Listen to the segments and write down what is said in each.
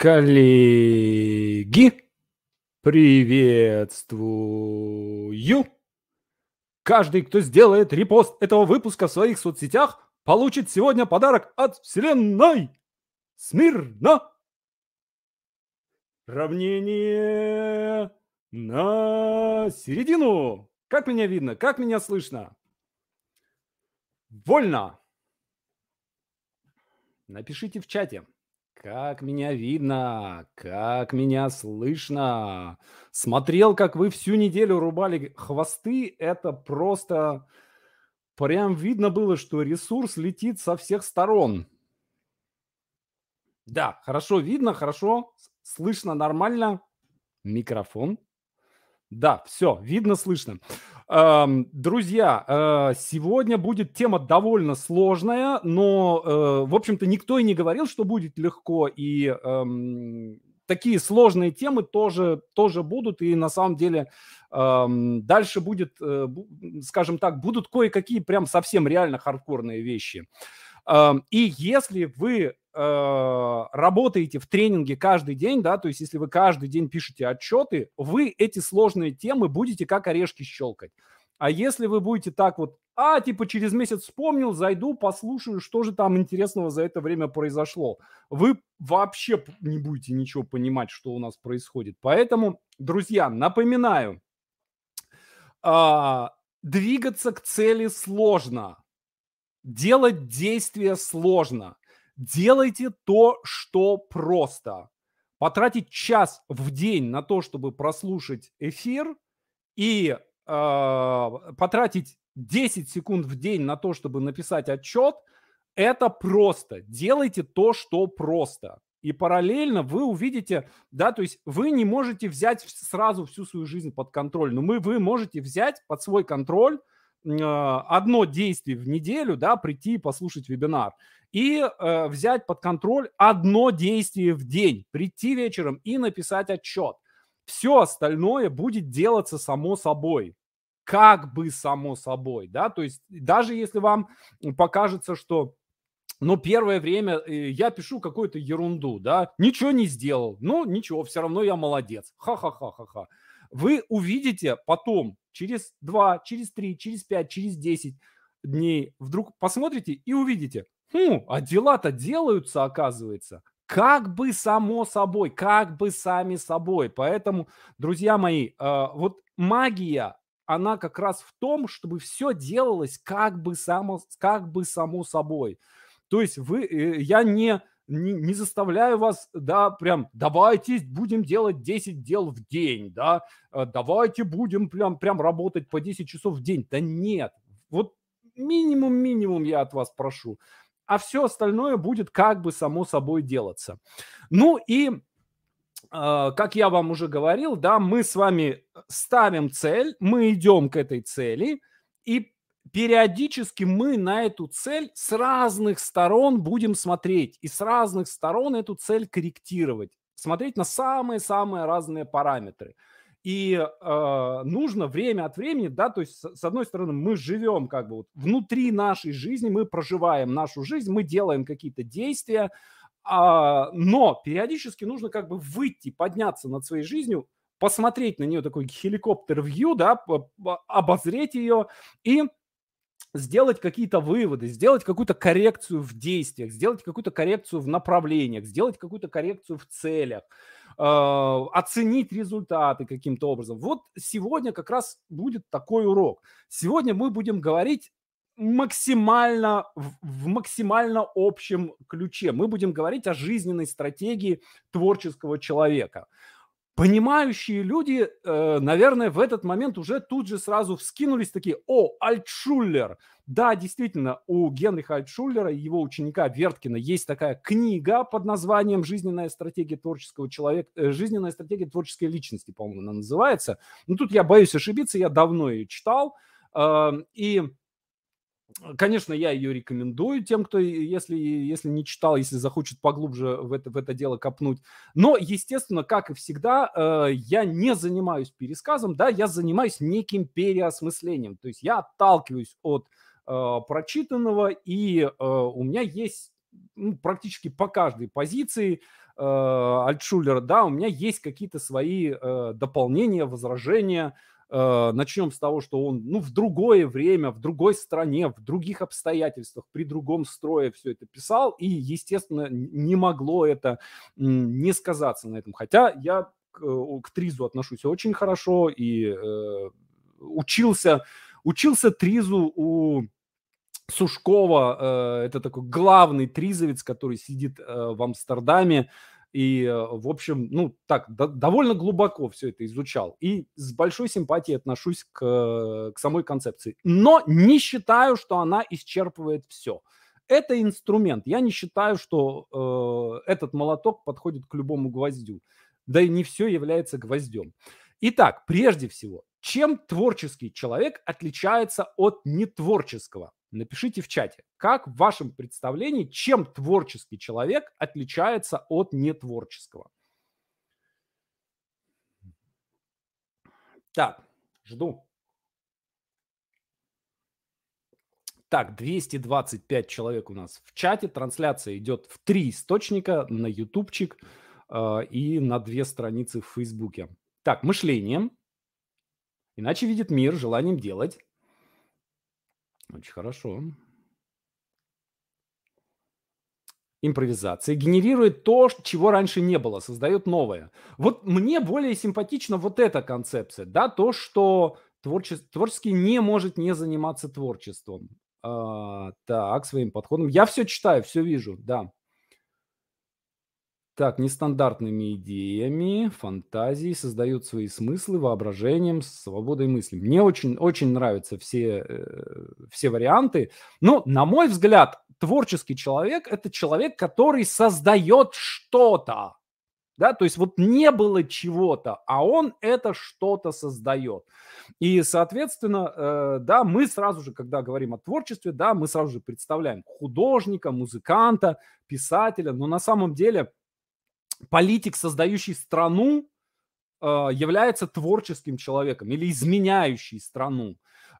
Коллеги, приветствую! Каждый, кто сделает репост этого выпуска в своих соцсетях, получит сегодня подарок от Вселенной! Смирно! Равнение на середину! Как меня видно? Как меня слышно? Вольно! Напишите в чате. Как меня видно, как меня слышно. Смотрел, как вы всю неделю рубали хвосты. Это просто прям видно было, что ресурс летит со всех сторон. Да, хорошо видно, хорошо слышно нормально. Микрофон. Да, все, видно, слышно. Друзья, сегодня будет тема довольно сложная, но, в общем-то, никто и не говорил, что будет легко, и такие сложные темы тоже будут, и на самом деле дальше будет, скажем так, будут кое-какие прям совсем реально хардкорные вещи. И если вы работаете в тренинге каждый день, да, то есть если вы каждый день пишете отчеты, вы эти сложные темы будете как орешки щелкать. А если вы будете так вот, типа через месяц вспомнил, зайду, послушаю, что же там интересного за это время произошло, вы вообще не будете ничего понимать, что у нас происходит. Поэтому, друзья, напоминаю, двигаться к цели сложно. Делать действия сложно. Делайте то, что просто. Потратить час в день на то, чтобы прослушать эфир, и потратить 10 секунд в день на то, чтобы написать отчет, это просто. Делайте то, что просто. И параллельно вы увидите, да, то есть вы не можете взять сразу всю свою жизнь под контроль, но вы можете взять под свой контроль одно действие в неделю, да, прийти и послушать вебинар, и взять под контроль одно действие в день, прийти вечером и написать отчет. Все остальное будет делаться само собой, как бы само собой, да, то есть даже если вам покажется, что первое время я пишу какую-то ерунду, да, ничего не сделал, ничего, все равно я молодец, ха-ха-ха-ха-ха. Вы увидите потом, через 2, через 3, через 5, через 10 дней, вдруг посмотрите и увидите, а дела-то делаются, оказывается, как бы само собой, как бы сами собой. Поэтому, друзья мои, вот магия, она как раз в том, чтобы все делалось как бы само собой. То есть я не заставляю вас, да, прям давайте будем делать 10 дел в день, да, давайте будем прям работать по 10 часов в день. Да нет, вот минимум я от вас прошу, а все остальное будет как бы само собой делаться. Ну и, как я вам уже говорил, да, мы с вами ставим цель, мы идем к этой цели, и периодически мы на эту цель с разных сторон будем смотреть и с разных сторон эту цель корректировать, смотреть на самые-самые разные параметры. И нужно время от времени, да, то есть с одной стороны мы живем как бы вот внутри нашей жизни, мы проживаем нашу жизнь, мы делаем какие-то действия, но периодически нужно как бы выйти, подняться над своей жизнью, посмотреть на нее такой хеликоптер-вью, да, обозреть ее и сделать какие-то выводы, сделать какую-то коррекцию в действиях, сделать какую-то коррекцию в направлениях, сделать какую-то коррекцию в целях, оценить результаты каким-то образом. Вот сегодня как раз будет такой урок. Сегодня мы будем говорить максимально в максимально общем ключе. Мы будем говорить о жизненной стратегии творческого человека. Понимающие люди, наверное, в этот момент уже тут же сразу вскинулись такие: Альтшуллер. Да, действительно, у Генриха Альтшуллера и его ученика Верткина есть такая книга под названием «Жизненная стратегия творческого человека», «Жизненная стратегия творческой личности», по-моему, она называется. Но тут я боюсь ошибиться, я давно ее читал. И конечно, я ее рекомендую тем, кто, если не читал, если захочет поглубже в это дело копнуть. Но, естественно, как и всегда, я не занимаюсь пересказом, да, я занимаюсь неким переосмыслением. То есть я отталкиваюсь от прочитанного, и у меня есть практически по каждой позиции Альтшулера, да, у меня есть какие-то свои дополнения, возражения. Начнем с того, что он, в другое время, в другой стране, в других обстоятельствах, при другом строе все это писал, и, естественно, не могло это не сказаться на этом. Хотя я к Тризу отношусь очень хорошо и учился Тризу у Сушкова, это такой главный тризовец, который сидит в Амстердаме и, в общем, довольно глубоко все это изучал. И с большой симпатией отношусь к самой концепции. Но не считаю, что она исчерпывает все. Это инструмент. Я не считаю, что этот молоток подходит к любому гвоздю. Да и не все является гвоздем. Итак, прежде всего, чем творческий человек отличается от нетворческого? Напишите в чате, как в вашем представлении, чем творческий человек отличается от нетворческого. Так, жду. Так, 225 человек у нас в чате. Трансляция идет в 3 источника: на ютубчик и на 2 страницы в Фейсбуке. Так, мышлением. Иначе видит мир, желанием делать. Очень хорошо. Импровизация генерирует то, чего раньше не было, создает новое. Вот мне более симпатична вот эта концепция, да, то, что творческий не может не заниматься творчеством. Так, своим подходом. Я все читаю, все вижу, да. Так, нестандартными идеями, фантазией создают свои смыслы, воображением, свободой мысли. Мне очень нравятся все варианты. Но, на мой взгляд, творческий человек – это человек, который создает что-то. Да, то есть вот не было чего-то, а он это что-то создает. И, соответственно, да, мы сразу же, когда говорим о творчестве, да, мы сразу же представляем художника, музыканта, писателя, но на самом деле политик, создающий страну, является творческим человеком или изменяющий страну.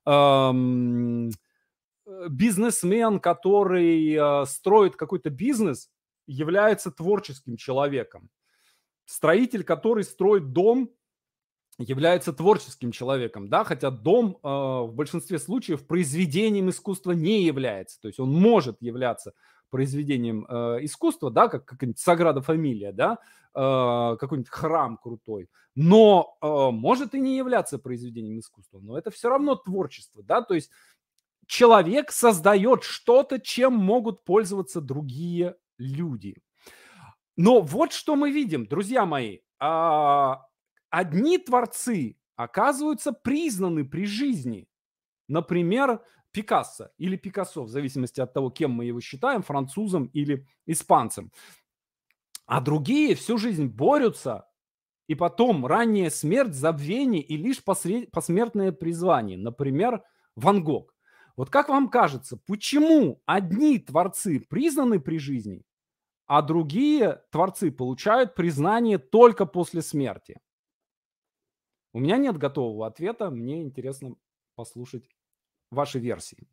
Бизнесмен, который строит какой-то бизнес, является творческим человеком. Строитель, который строит дом, является творческим человеком, да, хотя дом в большинстве случаев произведением искусства не является. То есть он может являться произведением искусства, да, как какая-нибудь Саграда Фамилия, да, какой-нибудь храм крутой, но может и не являться произведением искусства, но это все равно творчество, да, то есть человек создает что-то, чем могут пользоваться другие люди. Но вот что мы видим, друзья мои, одни творцы оказываются признаны при жизни. Например, Пикассо или Пикассо, в зависимости от того, кем мы его считаем, французом или испанцем. А другие всю жизнь борются, и потом ранняя смерть, забвение и лишь посмертное призвание. Например, Ван Гог. Вот как вам кажется, почему одни творцы признаны при жизни, а другие творцы получают признание только после смерти? У меня нет готового ответа, мне интересно послушать ваши версии.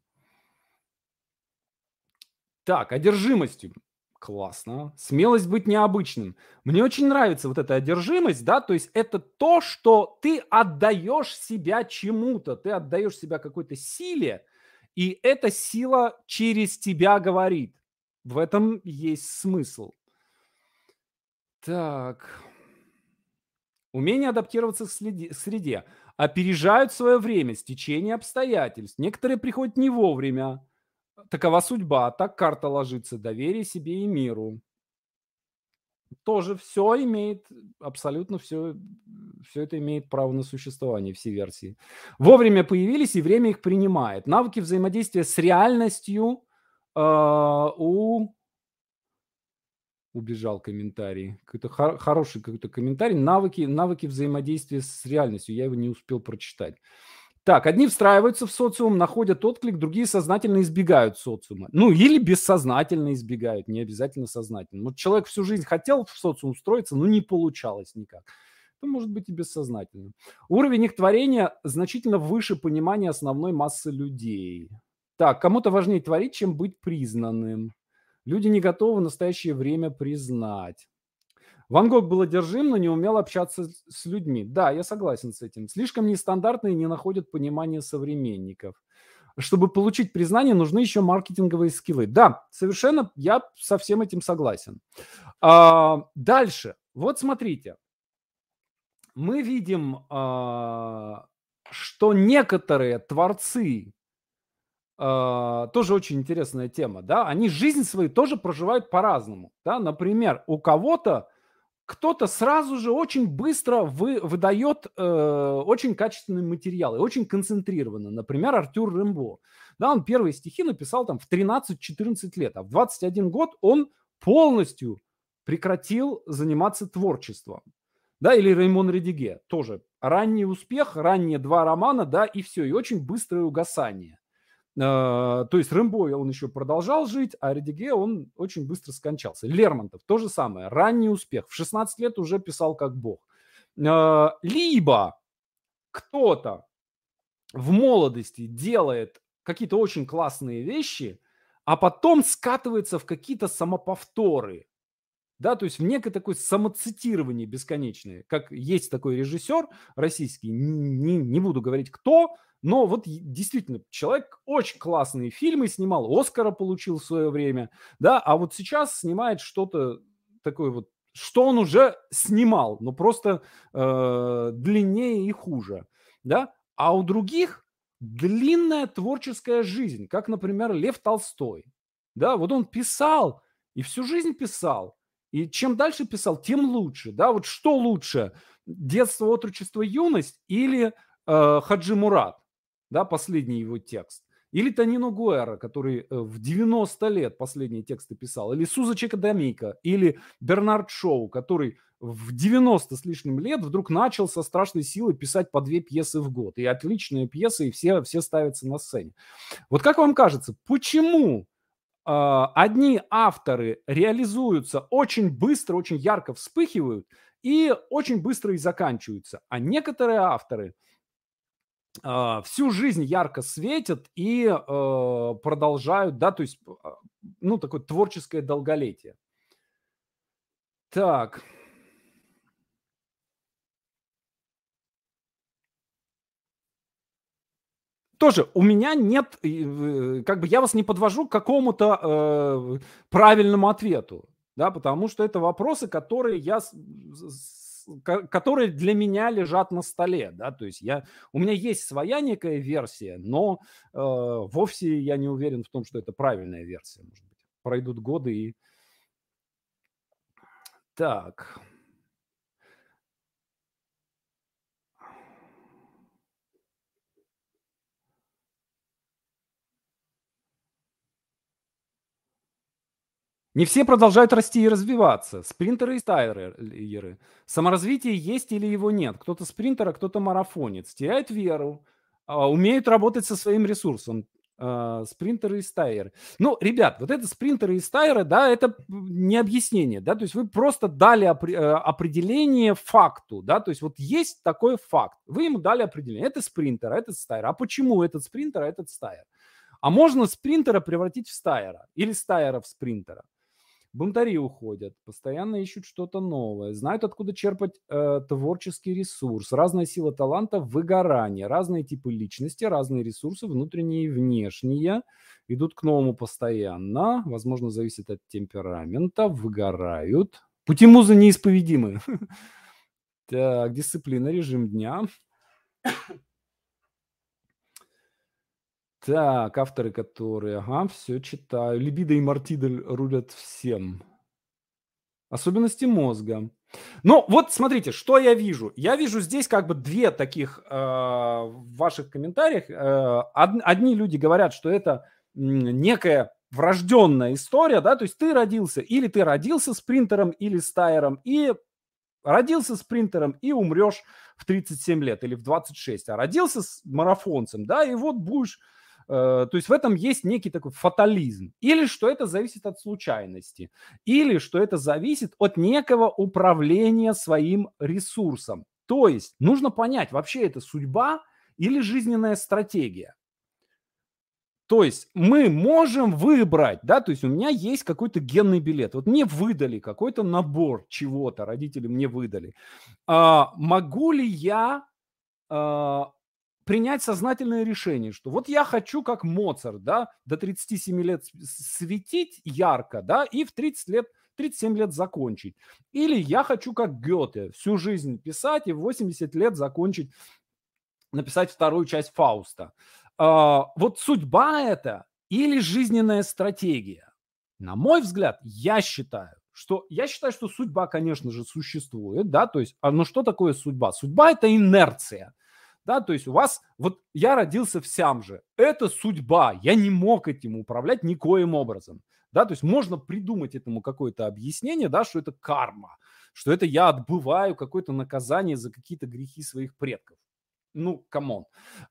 Так, одержимостью. Классно. Смелость быть необычным. Мне очень нравится вот эта одержимость, да, то есть это то, что ты отдаешь себя чему-то, ты отдаешь себя какой-то силе, и эта сила через тебя говорит. В этом есть смысл. Так. Умение адаптироваться к среде. Опережают свое время, стечение обстоятельств. Некоторые приходят не вовремя. Такова судьба, так карта ложится. Доверие себе и миру. Тоже все имеет, абсолютно все это имеет право на существование, все версии. Вовремя появились, и время их принимает. Навыки взаимодействия с реальностью убежал комментарий. Какой-то хороший какой-то комментарий. Навыки взаимодействия с реальностью. Я его не успел прочитать. Так, одни встраиваются в социум, находят отклик, другие сознательно избегают социума. Ну, или бессознательно избегают, не обязательно сознательно. Вот человек всю жизнь хотел в социум устроиться, но не получалось никак. Это может быть и бессознательно. Уровень их творения значительно выше понимания основной массы людей. Так, кому-то важнее творить, чем быть признанным. Люди не готовы в настоящее время признать. Ван Гог был одержим, но не умел общаться с людьми. Да, я согласен с этим. Слишком нестандартные, не находят понимания современников. Чтобы получить признание, нужны еще маркетинговые скиллы. Да, совершенно, я со всем этим согласен. Дальше. Вот смотрите. Мы видим, что некоторые творцы, тоже очень интересная тема, да, они жизнь свою тоже проживают по-разному. Да? Например, у кого-то кто-то сразу же очень быстро выдает очень качественный материал и очень концентрированно. Например, Артюр Рембо. Да, он первые стихи написал там в 13-14 лет, а в 21 год он полностью прекратил заниматься творчеством. Да, или Реймон Редиге тоже. Ранний успех, ранние 2 романа, да, и все, и очень быстрое угасание. То есть Рэмбо, он еще продолжал жить, а Редиге, он очень быстро скончался. Лермонтов, то же самое, ранний успех. В 16 лет уже писал как бог. Либо кто-то в молодости делает какие-то очень классные вещи, а потом скатывается в какие-то самоповторы. Да, то есть в некое такое самоцитирование бесконечное. Как есть такой режиссер российский, не буду говорить кто, но вот действительно человек очень классные фильмы снимал, Оскара получил в свое время, да, а вот сейчас снимает что-то такое вот, что он уже снимал, но просто длиннее и хуже, да. А у других длинная творческая жизнь, как, например, Лев Толстой, да, вот он писал и всю жизнь писал. И чем дальше писал, тем лучше. Да? Вот что лучше? Детство, отрочество, юность или Хаджи Мурат, да, последний его текст. Или Тонино Гуэра, который в 90 лет последние тексты писал. Или Суза Чекадамика. Или Бернард Шоу, который в 90 с лишним лет вдруг начал со страшной силой писать по 2 пьесы в год. И отличные пьесы, и все ставятся на сцене. Вот как вам кажется, почему одни авторы реализуются очень быстро, очень ярко вспыхивают и очень быстро и заканчиваются. А некоторые авторы всю жизнь ярко светят и продолжают, да, то есть, ну, такое творческое долголетие. Так. Тоже у меня нет, как бы я вас не подвожу к какому-то правильному ответу, да, потому что это вопросы, которые которые для меня лежат на столе, да, то есть у меня есть своя некая версия, но вовсе я не уверен в том, что это правильная версия, может быть. Пройдут годы и... Так... Не все продолжают расти и развиваться. Спринтеры и стайлеры. Саморазвитие есть или его нет. Кто-то спринтер, а кто-то марафонец. Теряют веру, умеют работать со своим ресурсом. Спринтеры и стайеры. Ну, ребят, вот это спринтеры и стайеры, да, это не объяснение, да, то есть вы просто дали определение факту, да, то есть вот есть такой факт, вы ему дали определение, это спринтер, а это стайер. А почему этот спринтер, а этот стайер? А можно спринтера превратить в стайера или стайера в спринтера. Бунтари уходят, постоянно ищут что-то новое, знают, откуда черпать творческий ресурс, разная сила таланта, выгорание, разные типы личности, разные ресурсы, внутренние и внешние, идут к новому постоянно, возможно, зависит от темперамента, выгорают. Пути музы неисповедимы. Так, дисциплина, режим дня. Так, авторы, которые... Ага, все читаю. Либидо и Мартидель рулят всем. Особенности мозга. Ну, вот смотрите, что я вижу. Я вижу здесь как бы две таких в ваших комментариях. Одни люди говорят, что это некая врожденная история, да, то есть ты родился спринтером или стайером, и родился спринтером и умрешь в 37 лет или в 26, а родился с марафонцем, да, и вот будешь... То есть в этом есть некий такой фатализм. Или что это зависит от случайности. Или что это зависит от некого управления своим ресурсом. То есть нужно понять, вообще это судьба или жизненная стратегия. То есть мы можем выбрать, да, то есть у меня есть какой-то генный билет. Вот мне выдали какой-то набор чего-то, родители мне выдали. Могу ли я а, принять сознательное решение, что вот я хочу, как Моцарт, да, до 37 лет светить ярко, да, и в 30 лет, 37 лет закончить. Или я хочу, как Гёте, всю жизнь писать и в 80 лет закончить, написать вторую часть Фауста. Вот судьба это или жизненная стратегия? На мой взгляд, я считаю, что судьба, конечно же, существует, да, то есть, но что такое судьба? Судьба – это инерция, да, то есть у вас, вот я родился в Сямже, это судьба, я не мог этим управлять никоим образом, да, то есть можно придумать этому какое-то объяснение, да, что это карма, что это я отбываю какое-то наказание за какие-то грехи своих предков. Ну, камон.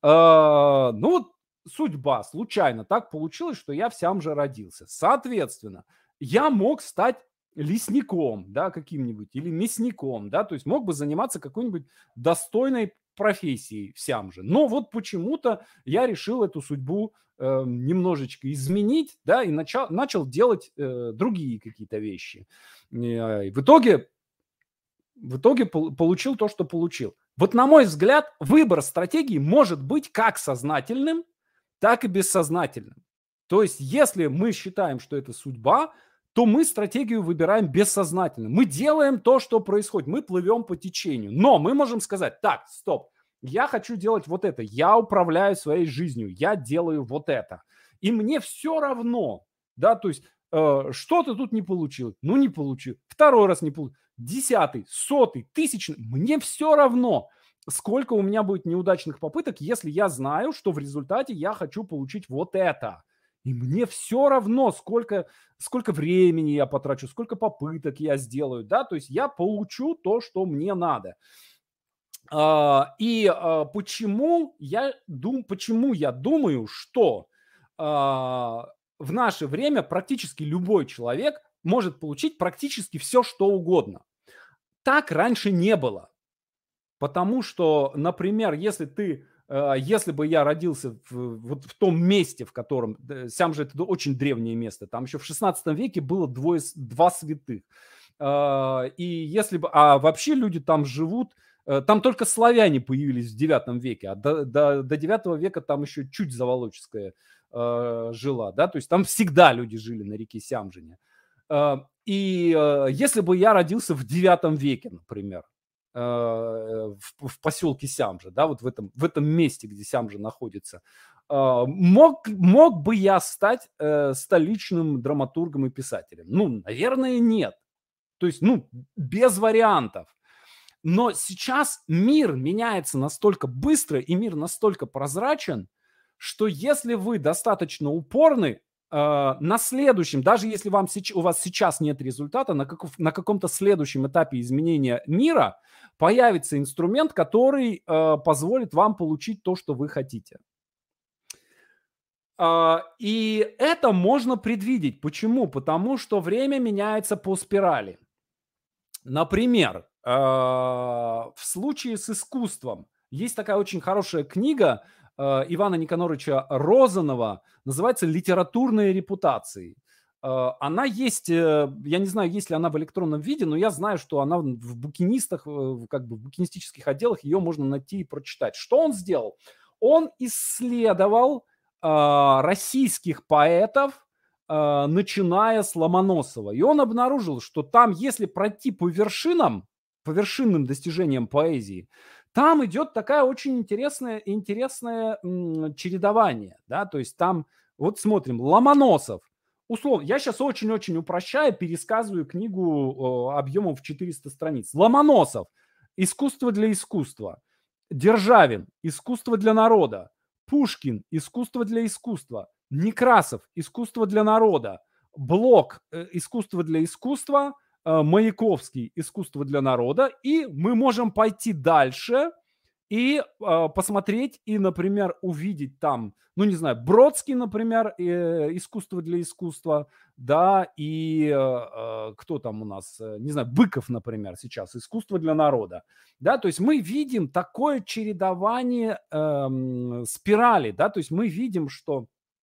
Ну, вот судьба, случайно так получилось, что я в Сямже родился. Соответственно, я мог стать лесником, да, каким-нибудь, или мясником, да, то есть мог бы заниматься какой-нибудь достойной профессией в Сямже. Но вот почему-то я решил эту судьбу немножечко изменить, да, и начал делать другие какие-то вещи. И в итоге получил то, что получил. Вот на мой взгляд, выбор стратегии может быть как сознательным, так и бессознательным. То есть, если мы считаем, что это судьба, то мы стратегию выбираем бессознательно. Мы делаем то, что происходит, мы плывем по течению. Но мы можем сказать, так, стоп, я хочу делать вот это, я управляю своей жизнью, я делаю вот это. И мне все равно, да, то есть что-то тут не получилось, ну не получил, второй раз не получил, 10-й, 100-й, 1000-й, мне все равно, сколько у меня будет неудачных попыток, если я знаю, что в результате я хочу получить вот это. И мне все равно, сколько времени я потрачу, сколько попыток я сделаю, да, то есть я получу то, что мне надо. Почему я думаю, что в наше время практически любой человек может получить практически все, что угодно. Так раньше не было. Потому что, например, если бы я родился вот в том месте, в котором, Сям же это очень древнее место, там еще в 16 веке было два святых. Вообще люди там живут, там только славяне появились в 9 веке, а до 9 века там еще чуть Заволоческая жила, да, то есть там всегда люди жили на реке Сямжине. Если бы я родился в 9 веке, например, в поселке Сямжа, да, вот в этом месте, где Сямжа находится, мог бы я стать столичным драматургом и писателем? Ну, наверное, нет. То есть, ну, без вариантов. Но сейчас мир меняется настолько быстро, и мир настолько прозрачен, что если вы достаточно упорны, на следующем, даже если у вас сейчас нет результата, на каком-то следующем этапе изменения мира появится инструмент, который позволит вам получить то, что вы хотите. И это можно предвидеть. Почему? Потому что время меняется по спирали. Например, в случае с искусством есть такая очень хорошая книга Ивана Никоноровича Розанова, называется «Литературные репутации». Она есть, я не знаю, есть ли она в электронном виде, но я знаю, что она в букинистах, как бы в букинистических отделах ее можно найти и прочитать. Что он сделал? Он исследовал российских поэтов, начиная с Ломоносова. И он обнаружил, что там, если пройти по вершинным достижениям поэзии, там идет такая очень интересное чередование. Да? То есть там, вот смотрим, Ломоносов. Условно, я сейчас очень-очень упрощаю, пересказываю книгу объемом в 400 страниц. Ломоносов. Искусство для искусства. Державин. Искусство для народа. Пушкин. Искусство для искусства. Некрасов «Искусство для народа», Блок «Искусство для искусства», Маяковский «Искусство для народа». И мы можем пойти дальше и посмотреть и, например, увидеть там, ну, не знаю, Бродский, например, «Искусство для искусства», да, и кто там у нас, не знаю, Быков, например, сейчас «Искусство для народа», да, то есть мы видим такое чередование спирали, да, то есть мы видим, что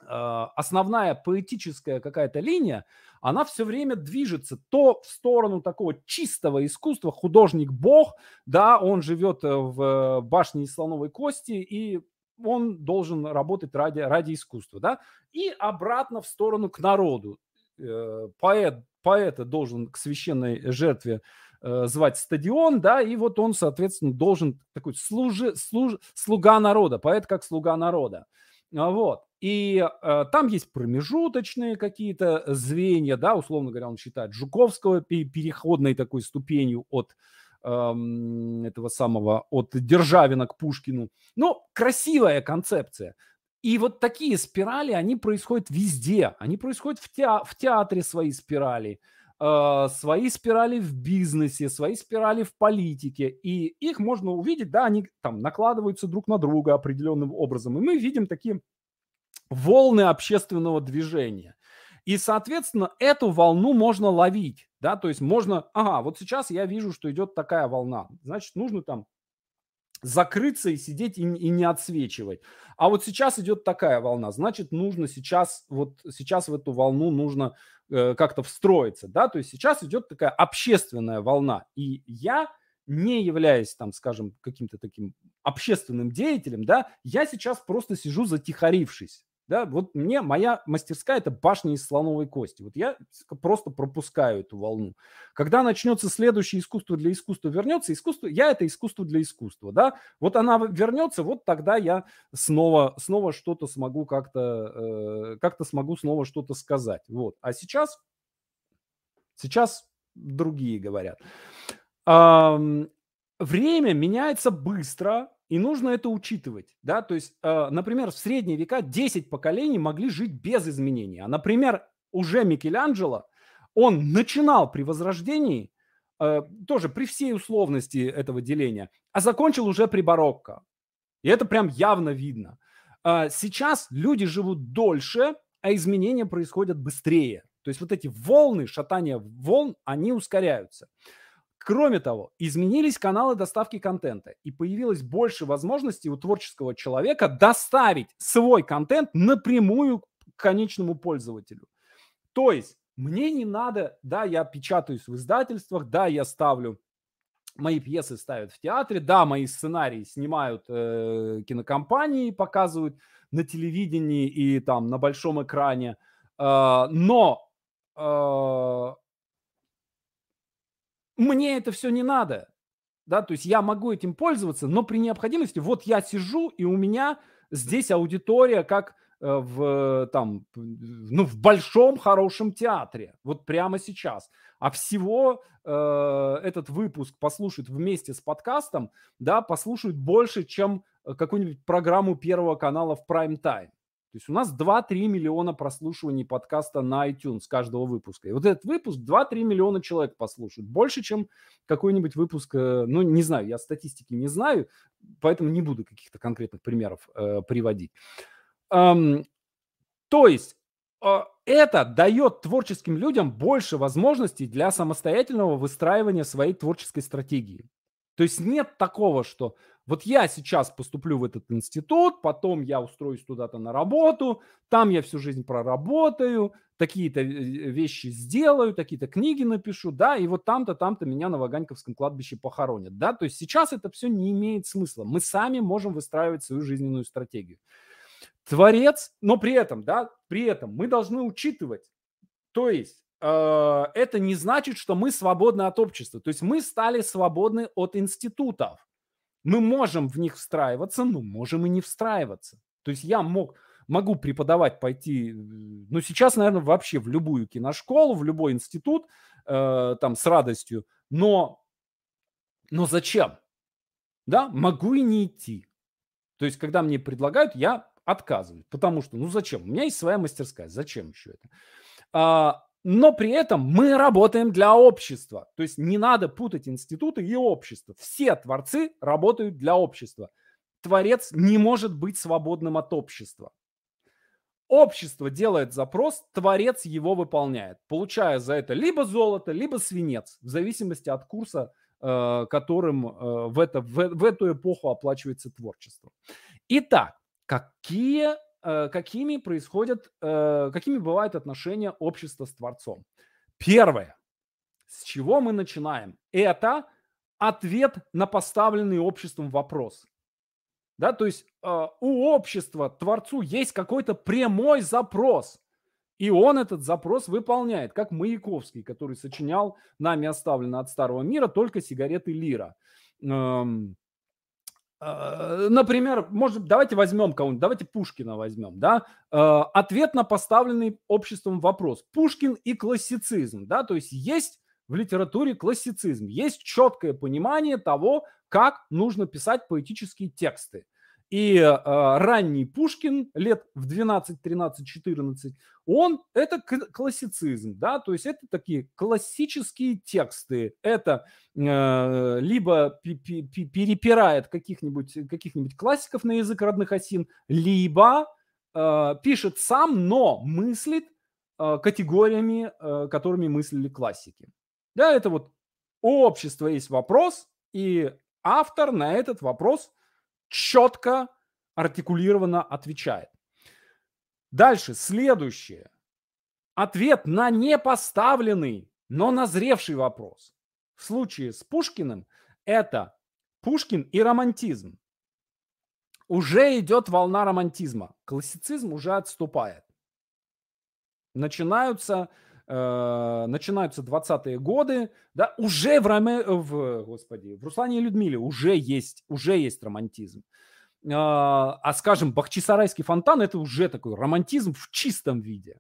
основная поэтическая какая-то линия, она все время движется то в сторону такого чистого искусства, художник-бог, да, он живет в башне из слоновой кости, и он должен работать ради искусства, да, и обратно в сторону к народу. Поэта должен к священной жертве звать стадион, да, и вот он, соответственно, должен такой слуга народа, поэт как слуга народа. Вот. И там есть промежуточные какие-то звенья, да, условно говоря, он считает Жуковского переходной такой ступенью от этого самого, от Державина к Пушкину. Ну, красивая концепция. И вот такие спирали, они происходят везде. Они происходят в театре, свои спирали в бизнесе, свои спирали в политике. И их можно увидеть, да, они там накладываются друг на друга определенным образом. И мы видим такие волны общественного движения. И, соответственно, эту волну можно ловить, да, то есть можно, ага, вот сейчас я вижу, что идет такая волна, значит, нужно там закрыться и сидеть и не отсвечивать. А вот сейчас идет такая волна, значит, нужно сейчас, вот сейчас в эту волну нужно как-то встроиться, да, то есть сейчас идет такая общественная волна, и я, не являясь там, скажем, каким-то таким общественным деятелем, да, я сейчас просто сижу затихарившись. Да, вот мне моя мастерская – это башня из слоновой кости. Вот я просто пропускаю эту волну. Когда начнется следующее искусство для искусства, вернется искусство, я это искусство для искусства, да. Вот она вернется, вот тогда я снова что-то смогу как-то смогу снова что-то сказать. Вот. А сейчас другие говорят. Время меняется быстро, и нужно это учитывать, да, то есть, например, в средние века 10 поколений могли жить без изменений, а, например, уже Микеланджело, он начинал при Возрождении, тоже при всей условности этого деления, а закончил уже при барокко, и это прям явно видно. Сейчас люди живут дольше, а изменения происходят быстрее, то есть вот эти волны, шатания волн, они ускоряются. Кроме того, изменились каналы доставки контента, и появилось больше возможностей у творческого человека доставить свой контент напрямую к конечному пользователю. То есть мне не надо, да, я печатаюсь в издательствах, да, я ставлю, мои пьесы ставят в театре, да, мои сценарии снимают кинокомпании, показывают на телевидении и там на большом экране, но мне это все не надо, да, то есть я могу этим пользоваться, но при необходимости вот я сижу, и у меня здесь аудитория, как в большом хорошем театре, вот прямо сейчас. А всего этот выпуск послушают вместе с подкастом, да, послушают больше, чем какую-нибудь программу Первого канала в прайм-тайм. То есть у нас 2-3 миллиона прослушиваний подкаста на iTunes каждого выпуска. И вот этот выпуск 2-3 миллиона человек послушают. Больше, чем какой-нибудь выпуск, ну, не знаю, я статистики не знаю, поэтому не буду каких-то конкретных примеров приводить. То есть это дает творческим людям больше возможностей для самостоятельного выстраивания своей творческой стратегии. То есть нет такого, что вот я сейчас поступлю в этот институт, потом я устроюсь туда-то на работу, там я всю жизнь проработаю, такие-то вещи сделаю, такие-то книги напишу, да, и вот там-то, там-то меня на Ваганьковском кладбище похоронят, да. То есть сейчас это все не имеет смысла. Мы сами можем выстраивать свою жизненную стратегию. Творец, но при этом мы должны учитывать, то есть это не значит, что мы свободны от общества. То есть мы стали свободны от институтов. Мы можем в них встраиваться, но можем и не встраиваться. То есть я могу преподавать, пойти, ну сейчас, наверное, вообще в любую киношколу, в любой институт, там с радостью, но зачем? Да, могу и не идти. То есть когда мне предлагают, я отказываюсь, потому что, ну зачем? У меня есть своя мастерская, зачем еще это? Но при этом мы работаем для общества. То есть не надо путать институты и общество. Все творцы работают для общества. Творец не может быть свободным от общества. Общество делает запрос, творец его выполняет, получая за это либо золото, либо свинец, в зависимости от курса, которым в эту эпоху оплачивается творчество. Итак, какие какими бывают отношения общества с Творцом. Первое, с чего мы начинаем, это ответ на поставленный обществом вопрос. Да, то есть у общества Творцу есть какой-то прямой запрос, и он этот запрос выполняет, как Маяковский, который сочинял «Нами оставлено от старого мира только сигареты лира». Например, давайте возьмем кого-нибудь, давайте Пушкина возьмем, да, ответ на поставленный обществом вопрос. Пушкин и классицизм, да, то есть в литературе классицизм, есть четкое понимание того, как нужно писать поэтические тексты. И ранний Пушкин лет в 12, 13, 14, это классицизм, да, то есть это такие классические тексты, это либо перепирает каких-нибудь классиков на язык родных осин, либо пишет сам, но мыслит категориями, которыми мыслили классики. Да, это вот у общества есть вопрос, и автор на этот вопрос четко, артикулированно отвечает. Дальше, следующее. Ответ на непоставленный, но назревший вопрос. В случае с Пушкиным это Пушкин и романтизм. Уже идет волна романтизма. Классицизм уже отступает. Начинаются 20-е годы, да, уже в Руслане и Людмиле уже есть романтизм. Скажем, Бахчисарайский фонтан – это уже такой романтизм в чистом виде.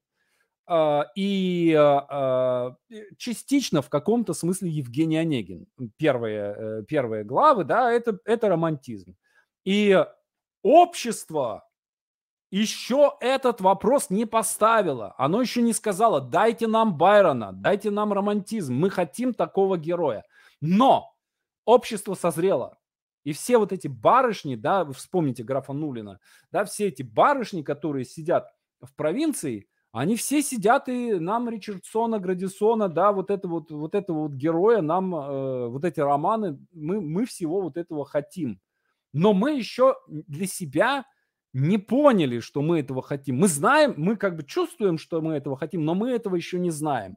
И частично в каком-то смысле Евгений Онегин. Первые главы, да, это романтизм. И общество еще этот вопрос не поставило. Оно еще не сказало: дайте нам Байрона, дайте нам романтизм, мы хотим такого героя. Но общество созрело. И все вот эти барышни, да, вы вспомните графа Нулина, да, все эти барышни, которые сидят в провинции, они все сидят и нам Ричардсона, Градисона, да, вот этого героя, нам вот эти романы, мы всего вот этого хотим. Но мы еще для себя не поняли, что мы этого хотим. Мы знаем, мы как бы чувствуем, что мы этого хотим, но мы этого еще не знаем.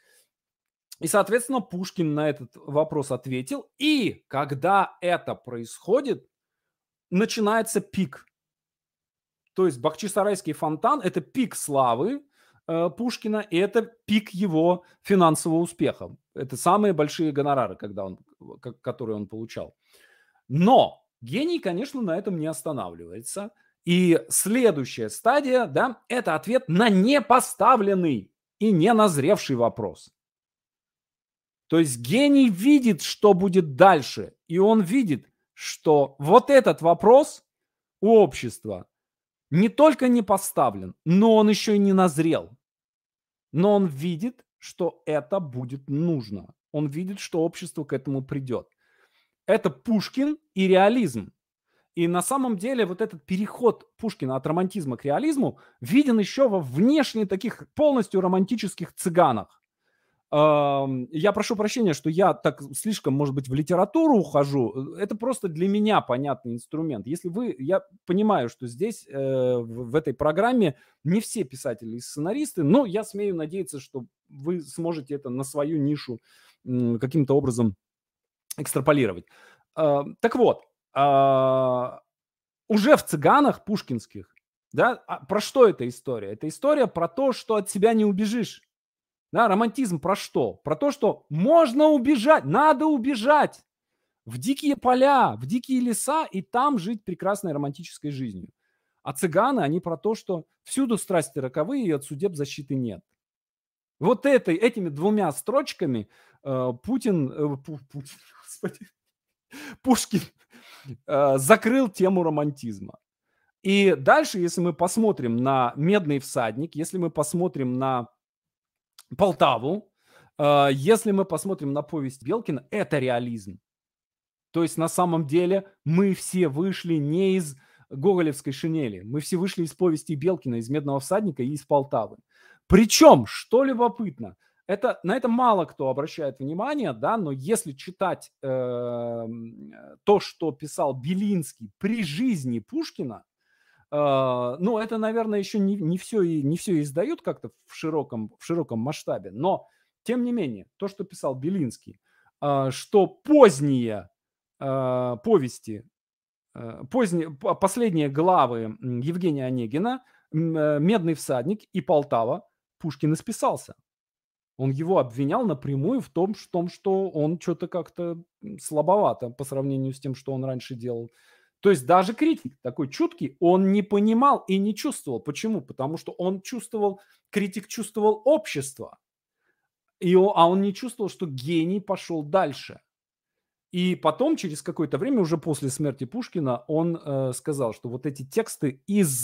И, соответственно, Пушкин на этот вопрос ответил. И когда это происходит, начинается пик. То есть Бахчисарайский фонтан – это пик славы Пушкина, и это пик его финансового успеха. Это самые большие гонорары, которые он получал. Но гений, конечно, на этом не останавливается. И следующая стадия, да, это ответ на непоставленный и не назревший вопрос. То есть гений видит, что будет дальше, и он видит, что вот этот вопрос у общества не только не поставлен, но он еще и не назрел. Но он видит, что это будет нужно. Он видит, что общество к этому придет. Это Пушкин и реализм. И на самом деле вот этот переход Пушкина от романтизма к реализму виден еще во внешне таких полностью романтических цыганах. Я прошу прощения, что я так слишком, может быть, в литературу ухожу. Это просто для меня понятный инструмент. Я понимаю, что здесь, в этой программе, не все писатели и сценаристы, но я смею надеяться, что вы сможете это на свою нишу каким-то образом экстраполировать. Так вот, уже в «Цыганах» пушкинских, да, про что эта история? Это история про то, что от себя не убежишь. Да, романтизм про что? Про то, что можно убежать, надо убежать в дикие поля, в дикие леса и там жить прекрасной романтической жизнью. А цыганы, они про то, что всюду страсти роковые и от судеб защиты нет. Вот этими двумя строчками Пушкин закрыл тему романтизма. И дальше, если мы посмотрим на «Медный всадник», если мы посмотрим на Полтаву, если мы посмотрим на повесть Белкина, это реализм. То есть на самом деле мы все вышли не из гоголевской шинели, мы все вышли из повести Белкина, из «Медного всадника» и из Полтавы. Причем, что любопытно, на это мало кто обращает внимание, да, но если читать то, что писал Белинский при жизни Пушкина, Ну, это, наверное, еще не все и издают как-то в широком масштабе, но, тем не менее, то, что писал Белинский, что поздние повести, последние главы Евгения Онегина, «Медный всадник» и «Полтава», Пушкин исписался. Он его обвинял напрямую в том, что он что-то как-то слабовато по сравнению с тем, что он раньше делал. То есть даже критик такой чуткий, он не понимал и не чувствовал. Почему? Потому что критик чувствовал общество, а он не чувствовал, что гений пошел дальше. И потом, через какое-то время, уже после смерти Пушкина, он сказал, что вот эти тексты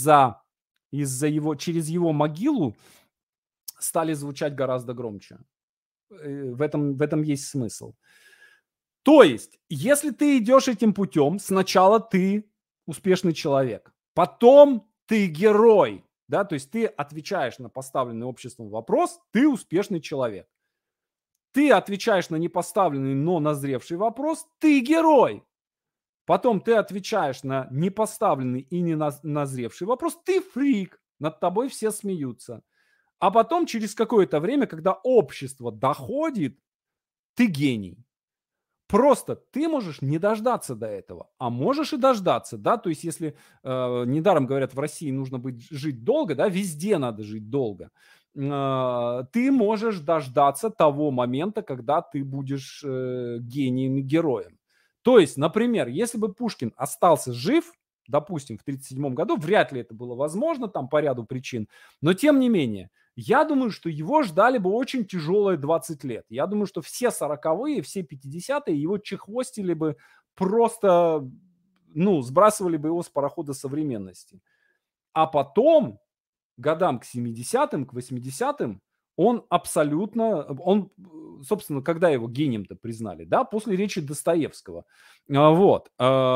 через его могилу стали звучать гораздо громче. В этом есть смысл. То есть, если ты идешь этим путем, сначала ты успешный человек, потом ты герой, да, то есть ты отвечаешь на поставленный обществом вопрос, ты успешный человек. Ты отвечаешь на непоставленный, но назревший вопрос, ты герой. Потом ты отвечаешь на непоставленный и не назревший вопрос, ты фрик, над тобой все смеются. А потом, через какое-то время, когда общество доходит, ты гений. Просто ты можешь не дождаться до этого, а можешь и дождаться, да, то есть если, недаром говорят, в России нужно жить долго, да, везде надо жить долго, ты можешь дождаться того момента, когда ты будешь гением и героем. То есть, например, если бы Пушкин остался жив, допустим, в 1937 году, вряд ли это было возможно, там по ряду причин, но тем не менее, я думаю, что его ждали бы очень тяжелые 20 лет. Я думаю, что все 40-е, все 50-е его чехвостили бы просто, ну, сбрасывали бы его с парохода современности. А потом, годам к 70-м, к 80-м, собственно, когда его гением-то признали, да, после речи Достоевского. Вот.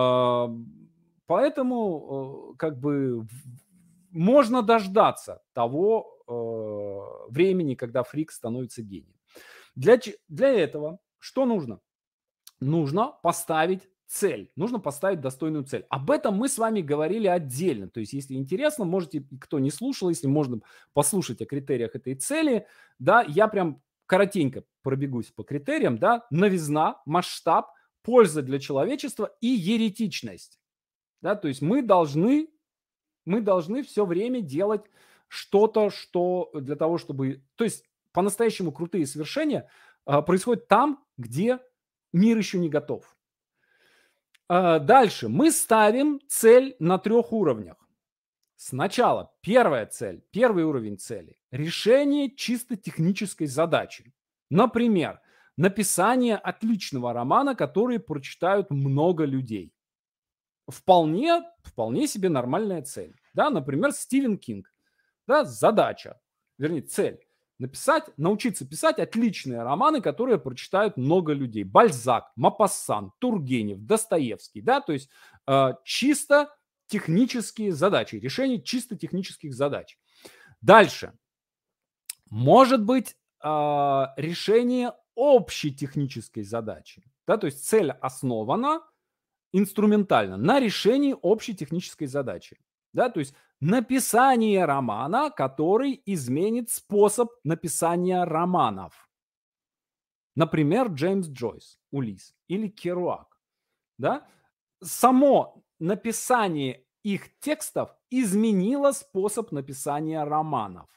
Поэтому, как бы, можно дождаться того времени, когда фрик становится гением. Для этого что нужно? Нужно поставить цель, нужно поставить достойную цель. Об этом мы с вами говорили отдельно. То есть, если интересно, можете, кто не слушал, если можно послушать о критериях этой цели, да, я прям коротенько пробегусь по критериям, да, новизна, масштаб, польза для человечества и еретичность. Да, то есть мы должны все время делать что-то, что для того, чтобы... То есть по-настоящему крутые свершения происходят там, где мир еще не готов. Дальше. Мы ставим цель на 3 уровнях. Сначала первый уровень цели – решение чисто технической задачи. Например, написание отличного романа, который прочитают много людей. Вполне себе нормальная цель. Да? Например, Стивен Кинг. Да? Задача, вернее, цель. Научиться писать отличные романы, которые прочитают много людей. Бальзак, Мопассан, Тургенев, Достоевский. Да? То есть чисто технические задачи, решение чисто технических задач. Дальше. Может быть решение общей технической задачи. Да? То есть цель основана инструментально на решении общей технической задачи. Да? То есть написание романа, который изменит способ написания романов. Например, Джеймс Джойс, Улисс или Керуак. Да? Само написание их текстов изменило способ написания романов.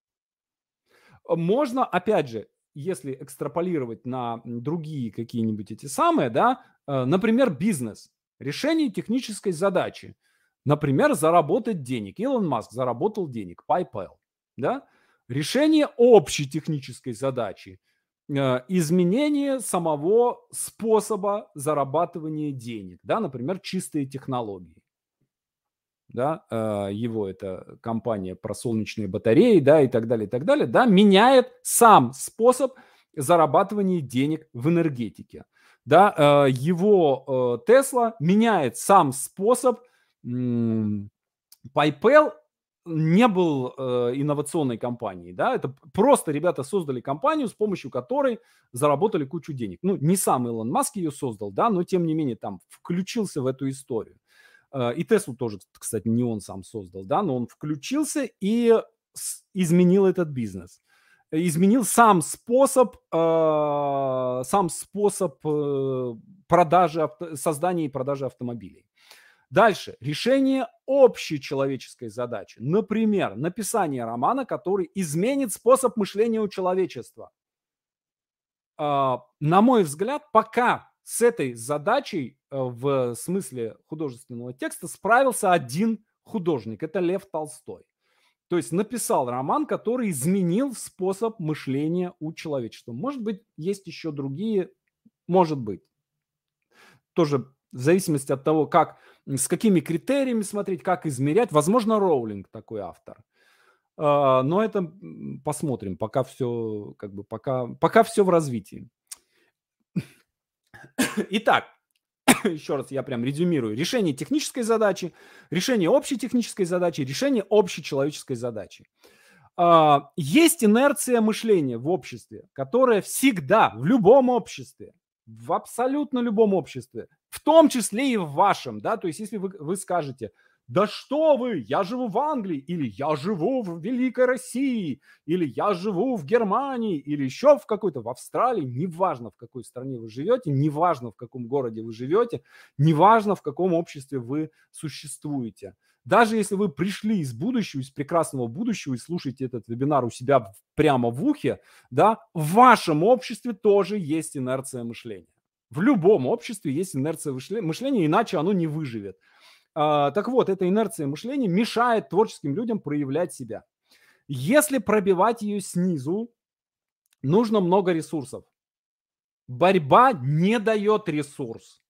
Можно, опять же, если экстраполировать на другие какие-нибудь эти самые, да, например, бизнес, решение технической задачи. Например, заработать денег. Илон Маск заработал денег, PayPal. Да? Решение общей технической задачи. Изменение самого способа зарабатывания денег. Да? Например, чистые технологии. Да, его это компания про солнечные батареи, да, и так далее, да, меняет сам способ зарабатывания денег в энергетике. Да, его Tesla меняет сам способ. PayPal не был инновационной компанией, да, это просто ребята создали компанию, с помощью которой заработали кучу денег. Ну, не сам Илон Маск ее создал, да, но тем не менее там включился в эту историю. И Теслу тоже, кстати, не он сам создал, да, но он включился и изменил этот бизнес. Изменил сам способ создания и продажи автомобилей. Дальше. Решение общечеловеческой задачи. Например, написание романа, который изменит способ мышления у человечества. На мой взгляд, пока с этой задачей в смысле художественного текста справился один художник. Это Лев Толстой. То есть написал роман, который изменил способ мышления у человечества. Может быть, есть еще другие, может быть. Тоже в зависимости от того, с какими критериями смотреть, как измерять. Возможно, Роулинг такой автор. Но это посмотрим, пока все, пока все в развитии. Итак, еще раз я прям резюмирую. Решение технической задачи, решение общей технической задачи, решение общечеловеческой задачи. Есть инерция мышления в обществе, которая всегда, в любом обществе, в абсолютно любом обществе, в том числе и в вашем, да, то есть если вы скажете, да что вы, я живу в Англии, или я живу в Великой России, или я живу в Германии, или еще в какой-то, в Австралии, неважно в какой стране вы живете, неважно в каком городе вы живете, неважно в каком обществе вы существуете. Даже если вы пришли из будущего, из прекрасного будущего и слушаете этот вебинар у себя прямо в ухе, да, в вашем обществе тоже есть инерция мышления. В любом обществе есть инерция мышления, иначе оно не выживет. Так вот, эта инерция мышления мешает творческим людям проявлять себя. Если пробивать ее снизу, нужно много ресурсов. Борьба не дает ресурс.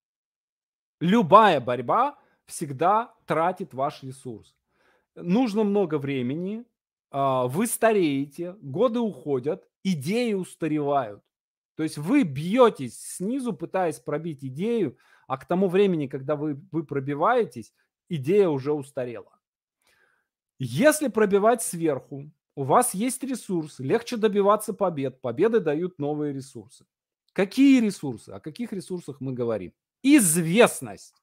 Любая борьба всегда тратит ваш ресурс. Нужно много времени, вы стареете, годы уходят, идеи устаревают. То есть вы бьетесь снизу, пытаясь пробить идею, а к тому времени, когда вы пробиваетесь, идея уже устарела. Если пробивать сверху, у вас есть ресурс, легче добиваться побед. Победы дают новые ресурсы. Какие ресурсы? О каких ресурсах мы говорим? Известность.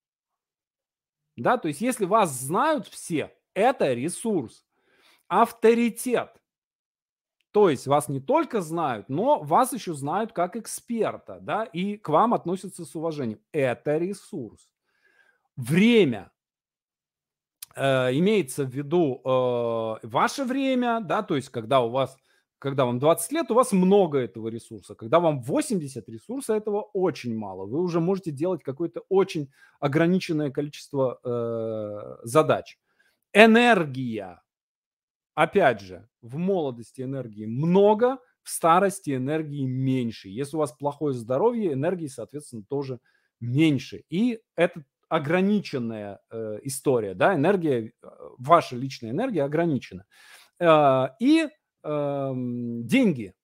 Да, то есть если вас знают все, это ресурс. Авторитет. То есть вас не только знают, но вас еще знают как эксперта, да, и к вам относятся с уважением. Это ресурс. Время. Имеется в виду ваше время, да, то есть когда вам 20 лет, у вас много этого ресурса. Когда вам 80, ресурса этого очень мало. Вы уже можете делать какое-то очень ограниченное количество задач. Энергия. Опять же, в молодости энергии много, в старости энергии меньше. Если у вас плохое здоровье, энергии, соответственно, тоже меньше. И это ограниченная история, да, энергия, ваша личная энергия ограничена. И деньги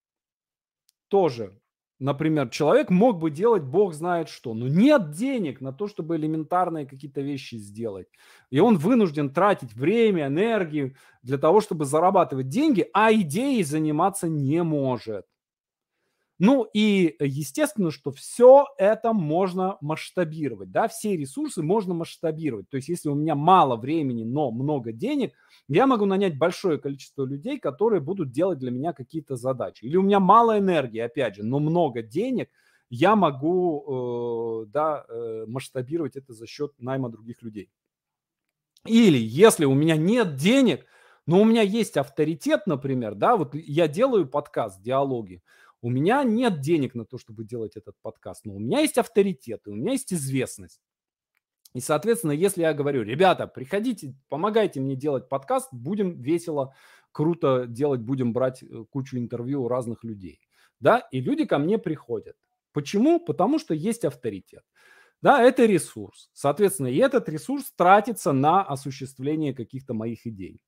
тоже. Например, человек мог бы делать бог знает что, но нет денег на то, чтобы элементарные какие-то вещи сделать. И он вынужден тратить время, энергию для того, чтобы зарабатывать деньги, а идеей заниматься не может. Ну и естественно, что все это можно масштабировать, да, все ресурсы можно масштабировать. То есть если у меня мало времени, но много денег, я могу нанять большое количество людей, которые будут делать для меня какие-то задачи. Или у меня мало энергии, опять же, но много денег, я могу масштабировать это за счет найма других людей. Или если у меня нет денег, но у меня есть авторитет, например, да, вот я делаю подкаст, диалоги, у меня нет денег на то, чтобы делать этот подкаст, но у меня есть авторитет, и у меня есть известность. И, соответственно, если я говорю, ребята, приходите, помогайте мне делать подкаст, будем весело, круто делать, будем брать кучу интервью у разных людей, да, и люди ко мне приходят. Почему? Потому что есть авторитет. Да, это ресурс. Соответственно, и этот ресурс тратится на осуществление каких-то моих идей.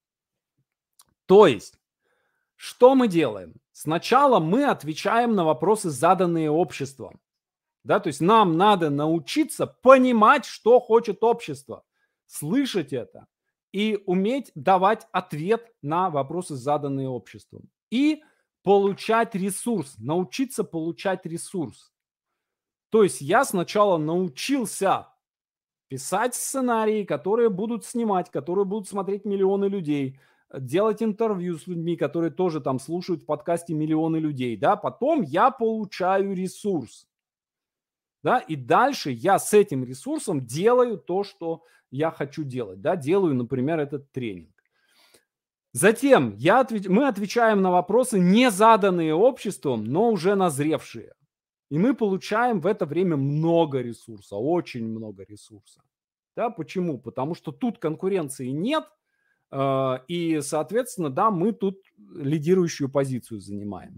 То есть, что мы делаем? Сначала мы отвечаем на вопросы, заданные обществом. Да, то есть нам надо научиться понимать, что хочет общество, слышать это и уметь давать ответ на вопросы, заданные обществом. И получать ресурс, научиться получать ресурс. То есть я сначала научился писать сценарии, которые будут снимать, которые будут смотреть миллионы людей, делать интервью с людьми, которые тоже там слушают в подкасте миллионы людей, да, потом я получаю ресурс, да, и дальше я с этим ресурсом делаю то, что я хочу делать, да, делаю, например, этот тренинг. Затем мы отвечаем на вопросы, не заданные обществом, но уже назревшие. И мы получаем в это время много ресурса, очень много ресурса. Да, почему? Потому что тут конкуренции нет, и, соответственно, да, мы тут лидирующую позицию занимаем.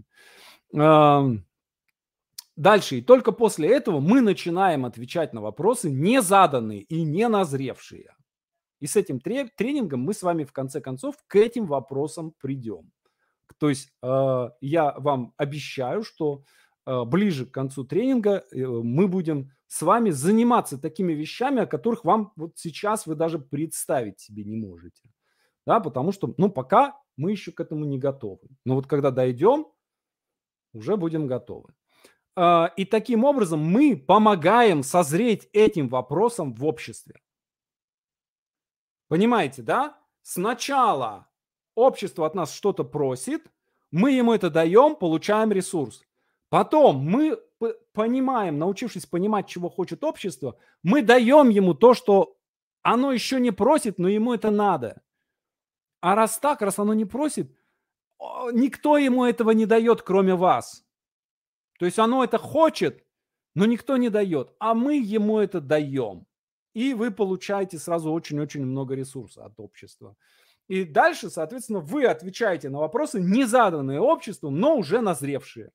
Дальше, и только после этого мы начинаем отвечать на вопросы, не заданные и не назревшие. И с этим тренингом мы с вами в конце концов к этим вопросам придем. То есть я вам обещаю, что ближе к концу тренинга мы будем с вами заниматься такими вещами, о которых вам вот сейчас вы даже представить себе не можете. Да, потому что, ну, пока мы еще к этому не готовы. Но вот когда дойдем, уже будем готовы. И таким образом мы помогаем созреть этим вопросам в обществе. Понимаете, да? Сначала общество от нас что-то просит, мы ему это даем, получаем ресурс. Потом мы понимаем, научившись понимать, чего хочет общество, мы даем ему то, что оно еще не просит, но ему это надо. А раз так, раз оно не просит, никто ему этого не дает, кроме вас. То есть оно это хочет, но никто не дает, а мы ему это даем. И вы получаете сразу очень-очень много ресурса от общества. И дальше, соответственно, вы отвечаете на вопросы, не заданные обществом, но уже назревшие.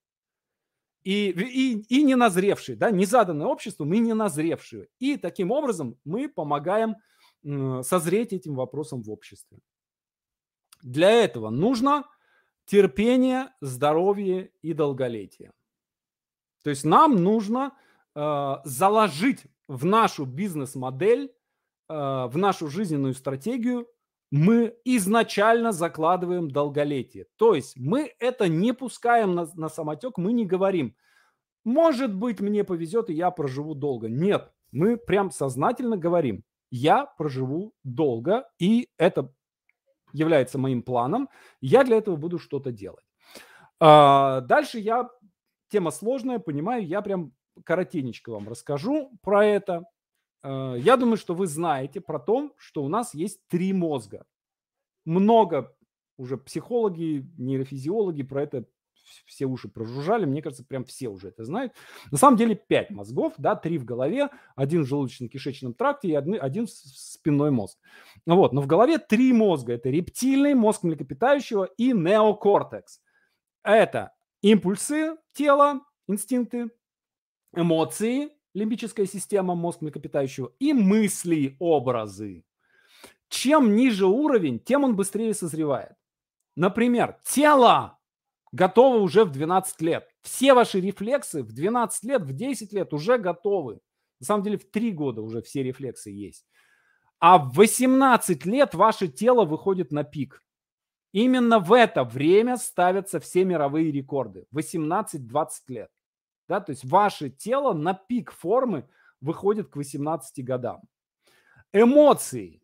И не назревшие, да, не заданные обществом и не назревшие. И таким образом мы помогаем созреть этим вопросам в обществе. Для этого нужно терпение, здоровье и долголетие. То есть нам нужно заложить в нашу бизнес-модель, в нашу жизненную стратегию, мы изначально закладываем долголетие. То есть мы это не пускаем на самотек, мы не говорим, может быть, мне повезет, и я проживу долго. Нет, мы прям сознательно говорим, я проживу долго, и это является моим планом, я для этого буду что-то делать. Дальше тема сложная, понимаю, я прям коротенечко вам расскажу про это. Я думаю, что вы знаете про то, что у нас есть 3 мозга. Много уже психологи, нейрофизиологи про это все уши прожужжали. Мне кажется, прям все уже это знают. На самом деле 5 мозгов, да, 3 в голове, 1 в желудочно-кишечном тракте и один спинной мозг. Вот. Но в голове 3 мозга. Это рептильный, мозг млекопитающего и неокортекс. Это импульсы тела, инстинкты, эмоции, лимбическая система, мозг млекопитающего, и мысли, образы. Чем ниже уровень, тем он быстрее созревает. Например, тело готово уже в 12 лет. Все ваши рефлексы в 12 лет, в 10 лет уже готовы. На самом деле в 3 года уже все рефлексы есть. А в 18 лет ваше тело выходит на пик. Именно в это время ставятся все мировые рекорды. 18-20 лет. Да, то есть ваше тело на пик формы выходит к 18 годам. Эмоции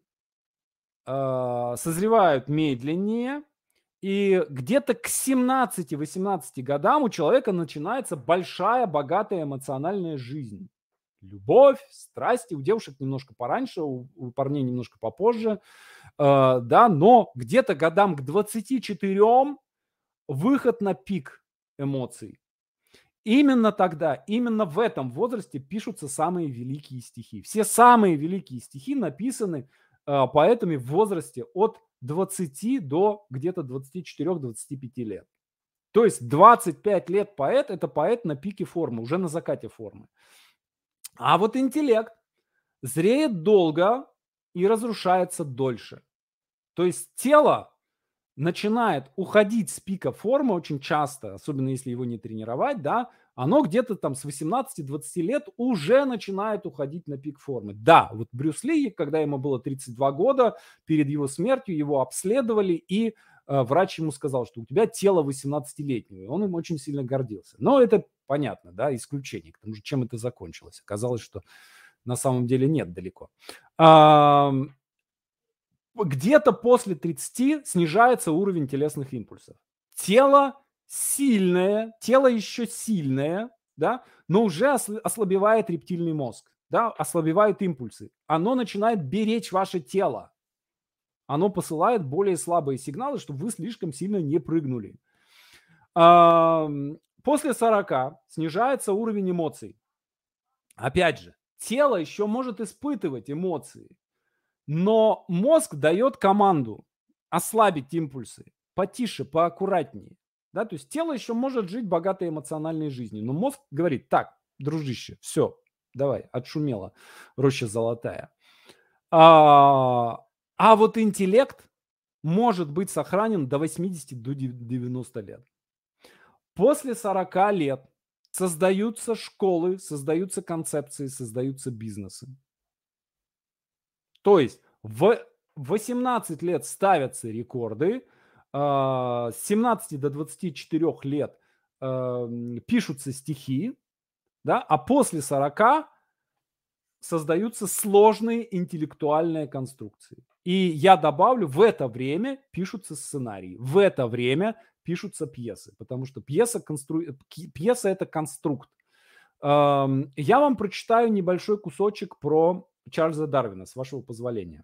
созревают медленнее, и где-то к 17-18 годам у человека начинается большая, богатая эмоциональная жизнь. Любовь, страсти, у девушек немножко пораньше, у парней немножко попозже, да, но где-то годам к 24 выход на пик эмоций. Именно тогда, именно в этом возрасте пишутся самые великие стихи. Все самые великие стихи написаны поэтами в возрасте от 20 до где-то 24-25 лет. То есть 25 лет поэт – это поэт на пике формы, уже на закате формы. А вот интеллект зреет долго и разрушается дольше. То есть тело начинает уходить с пика формы очень часто, особенно если его не тренировать, да, оно где-то там с 18-20 лет уже начинает уходить на пик формы. Да, вот Брюс Ли, когда ему было 32 года, перед его смертью его обследовали, и врач ему сказал, что у тебя тело 18-летнего, и он им очень сильно гордился. Но это понятно, да, исключение, потому что чем это закончилось? Оказалось, что На самом деле нет далеко. Где-то после 30 снижается уровень телесных импульсов. Тело сильное, тело еще сильное, да, но уже ослабевает рептильный мозг, да, ослабевают импульсы. Оно начинает беречь ваше тело. Оно посылает более слабые сигналы, чтобы вы слишком сильно не прыгнули. После 40 снижается уровень эмоций. Опять же, тело еще может испытывать эмоции, но мозг дает команду ослабить импульсы, потише, поаккуратнее. Да? То есть тело еще может жить богатой эмоциональной жизнью, но мозг говорит: так, дружище, все, давай, отшумела роща золотая. А вот интеллект может быть сохранен до 80, до 90 лет. После 40 лет создаются школы, создаются концепции, создаются бизнесы. То есть в 18 лет ставятся рекорды, с 17 до 24 лет пишутся стихи, да, а после 40 создаются сложные интеллектуальные конструкции. И я добавлю, в это время пишутся сценарии, в это время пишутся пьесы, потому что пьеса это конструкт. Я вам прочитаю небольшой кусочек про Чарльза Дарвина, с вашего позволения.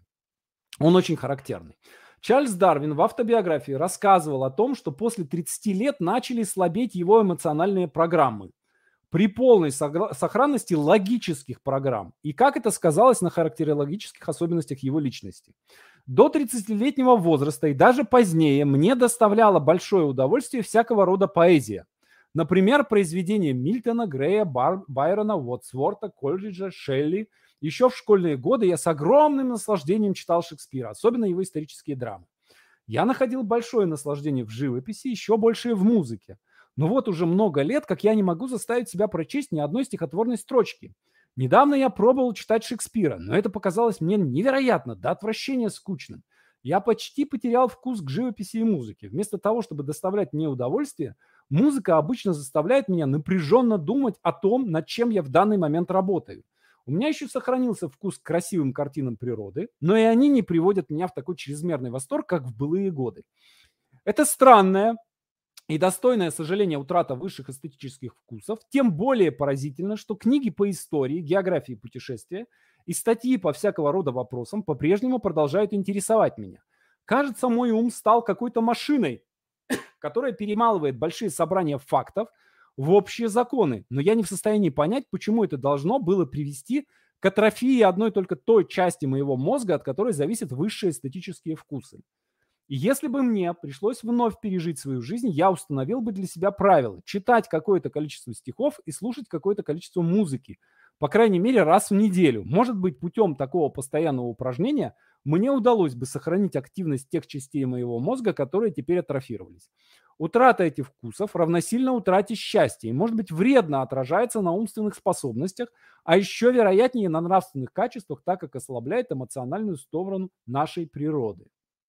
Он очень характерный. Чарльз Дарвин в автобиографии рассказывал о том, что после 30 лет начали слабеть его эмоциональные программы при полной сохранности логических программ. И как это сказалось на характерологических особенностях его личности. До 30-летнего возраста и даже позднее мне доставляло большое удовольствие всякого рода поэзия. Например, произведения Мильтона, Грея, Байрона, Уотсворта, Кольриджа, Шелли. Еще в школьные годы я с огромным наслаждением читал Шекспира, особенно его исторические драмы. Я находил большое наслаждение в живописи, еще большее в музыке. Но вот уже много лет, как я не могу заставить себя прочесть ни одной стихотворной строчки. Недавно я пробовал читать Шекспира, но это показалось мне невероятно, до отвращения скучным. Я почти потерял вкус к живописи и музыке. Вместо того, чтобы доставлять мне удовольствие, музыка обычно заставляет меня напряженно думать о том, над чем я в данный момент работаю. У меня еще сохранился вкус к красивым картинам природы, но и они не приводят меня в такой чрезмерный восторг, как в былые годы. Это странная и достойная сожаления утрата высших эстетических вкусов, тем более поразительно, что книги по истории, географии и путешествия и статьи по всякого рода вопросам по-прежнему продолжают интересовать меня. Кажется, мой ум стал какой-то машиной, которая перемалывает большие собрания фактов в общие законы, но я не в состоянии понять, почему это должно было привести к атрофии одной только той части моего мозга, от которой зависят высшие эстетические вкусы. И если бы мне пришлось вновь пережить свою жизнь, я установил бы для себя правило: читать какое-то количество стихов и слушать какое-то количество музыки, по крайней мере, раз в неделю. Может быть, путем такого постоянного упражнения мне удалось бы сохранить активность тех частей моего мозга, которые теперь атрофировались. Утрата этих вкусов равносильно утрате счастья и, может быть, вредно отражается на умственных способностях, а еще вероятнее на нравственных качествах, так как ослабляет эмоциональную сторону нашей природы.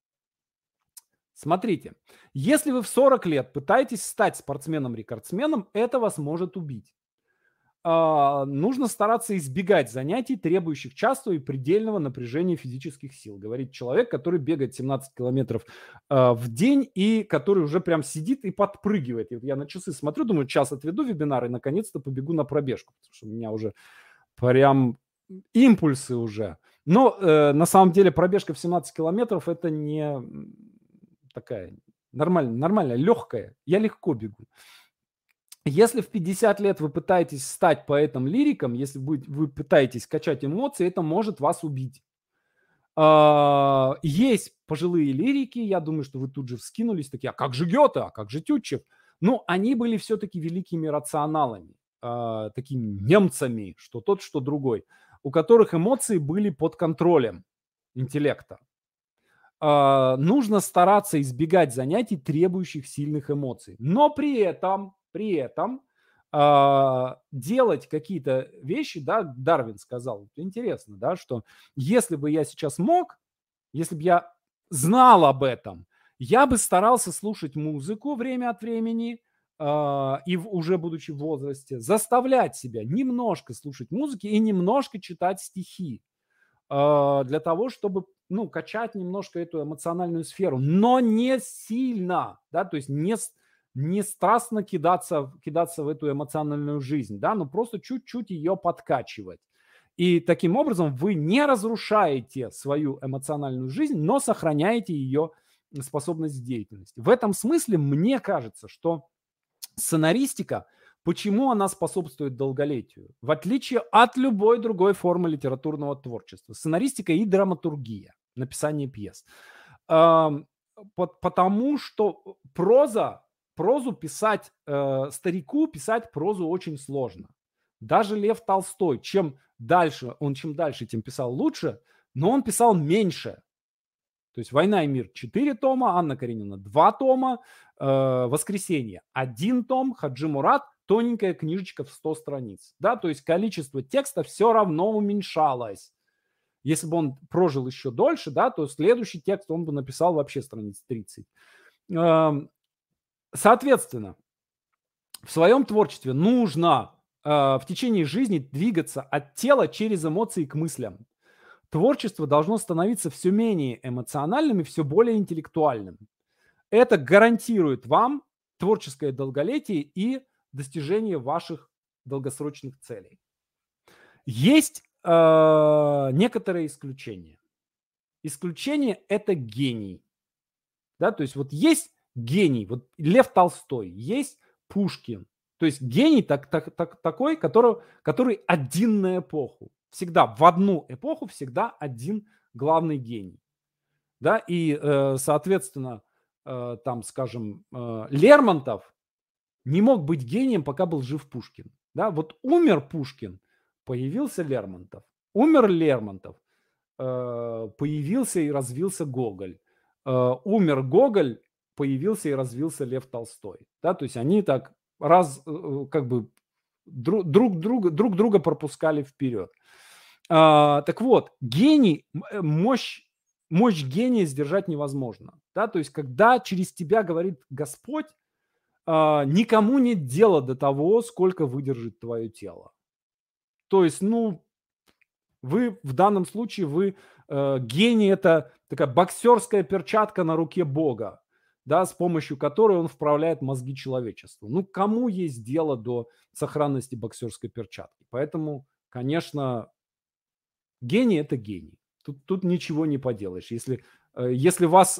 Смотрите, если вы в 40 лет пытаетесь стать спортсменом-рекордсменом, это вас может убить. Нужно стараться избегать занятий, требующих частого и предельного напряжения физических сил, говорит человек, который бегает 17 километров в день и который уже прям сидит и подпрыгивает. И вот я на часы смотрю, думаю, час отведу вебинар и наконец-то побегу на пробежку, потому что у меня уже прям импульсы уже. Но на самом деле пробежка в 17 километров это не такая нормальная, легкая. Я легко бегу. Если в 50 лет вы пытаетесь стать поэтом-лириком, если вы пытаетесь качать эмоции, это может вас убить. Есть пожилые лирики, я думаю, что вы тут же вскинулись, такие: а как же Гёте, а как же Тютчев? Ну, они были все-таки великими рационалами, такими немцами, что тот, что другой, у которых эмоции были под контролем интеллекта. Нужно стараться избегать занятий, требующих сильных эмоций. Но при этом делать какие-то вещи, да, Дарвин сказал, интересно, да, что если бы я сейчас мог, если бы я знал об этом, я бы старался слушать музыку время от времени, уже будучи в возрасте, заставлять себя немножко слушать музыки и немножко читать стихи для того, чтобы, ну, качать немножко эту эмоциональную сферу, но не сильно, да, то есть не страстно кидаться в эту эмоциональную жизнь, да, но просто чуть-чуть ее подкачивать. И таким образом вы не разрушаете свою эмоциональную жизнь, но сохраняете ее способность деятельности. В этом смысле мне кажется, что сценаристика, почему она способствует долголетию? В отличие от любой другой формы литературного творчества. Сценаристика и драматургия, написание пьес. Потому что прозу писать, старику писать прозу очень сложно. Даже Лев Толстой, чем дальше, тем писал лучше, но он писал меньше. То есть «Война и мир» 4 тома, Анна Каренина 2 тома, «Воскресенье» 1 том, Хаджи Мурат тоненькая книжечка в 100 страниц. Да? То есть количество текста все равно уменьшалось. Если бы он прожил еще дольше, да, то следующий текст он бы написал вообще страниц 30. Соответственно, в своем творчестве нужно в течение жизни двигаться от тела через эмоции к мыслям. Творчество должно становиться все менее эмоциональным и все более интеллектуальным. Это гарантирует вам творческое долголетие и достижение ваших долгосрочных целей. Есть некоторые исключения. Исключение – это гений. Да, то есть вот есть гений, вот Лев Толстой, есть Пушкин. То есть гений такой, который один на эпоху. Всегда в одну эпоху всегда один главный гений. Да, и, соответственно, там, скажем, Лермонтов не мог быть гением, пока был жив Пушкин. Да, вот умер Пушкин, появился Лермонтов. Умер Лермонтов, появился и развился Гоголь. Умер Гоголь, появился и развился Лев Толстой. Да, то есть они так как бы друг друга пропускали вперед. Так вот, гений, мощь гения сдержать невозможно. Да? То есть когда через тебя говорит Господь, никому нет дела до того, сколько выдержит твое тело. То есть, ну, вы в данном случае, гений – это такая боксерская перчатка на руке Бога, да, с помощью которой он вправляет мозги человечеству. Ну, кому есть дело до сохранности боксерской перчатки? Поэтому, конечно, гений – это гений. Тут ничего не поделаешь. Если вас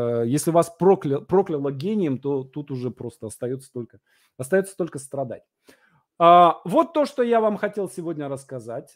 прокляло гением, то тут уже просто остается только страдать. Вот то, что я вам хотел сегодня рассказать.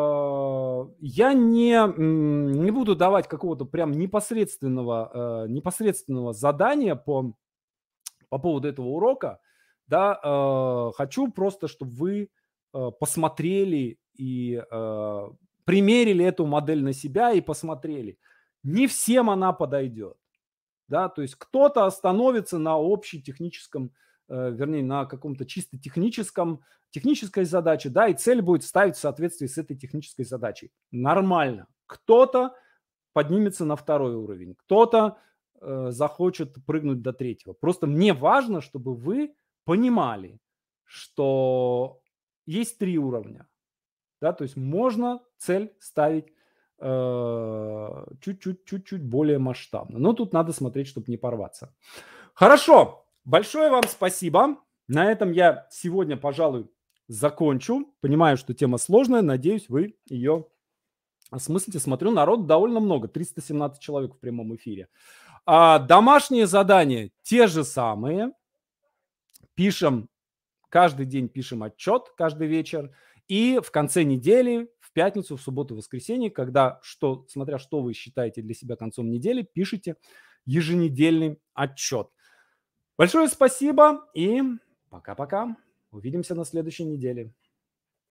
Я не буду давать какого-то прям непосредственного задания по поводу этого урока. Да, хочу просто, чтобы вы посмотрели и примерили эту модель на себя и посмотрели. Не всем она подойдет. Да, то есть кто-то остановится на общетехническом, вернее, на каком-то чисто технической задаче, да, и цель будет ставить в соответствии с этой технической задачей. Нормально. Кто-то поднимется на 2-й уровень, кто-то захочет прыгнуть до 3-го. Просто мне важно, чтобы вы понимали, что есть 3 уровня. Да, то есть можно цель ставить чуть-чуть более масштабно. Но тут надо смотреть, чтобы не порваться. Хорошо. Большое вам спасибо. На этом я сегодня, пожалуй, закончу. Понимаю, что тема сложная. Надеюсь, вы ее осмыслите. Смотрю, народ довольно много. 317 человек в прямом эфире. Домашние задания те же самые. Каждый день пишем отчет, каждый вечер. И в конце недели, в пятницу, в субботу, в воскресенье, смотря что вы считаете для себя концом недели, пишите еженедельный отчет. Большое спасибо и пока-пока. Увидимся на следующей неделе.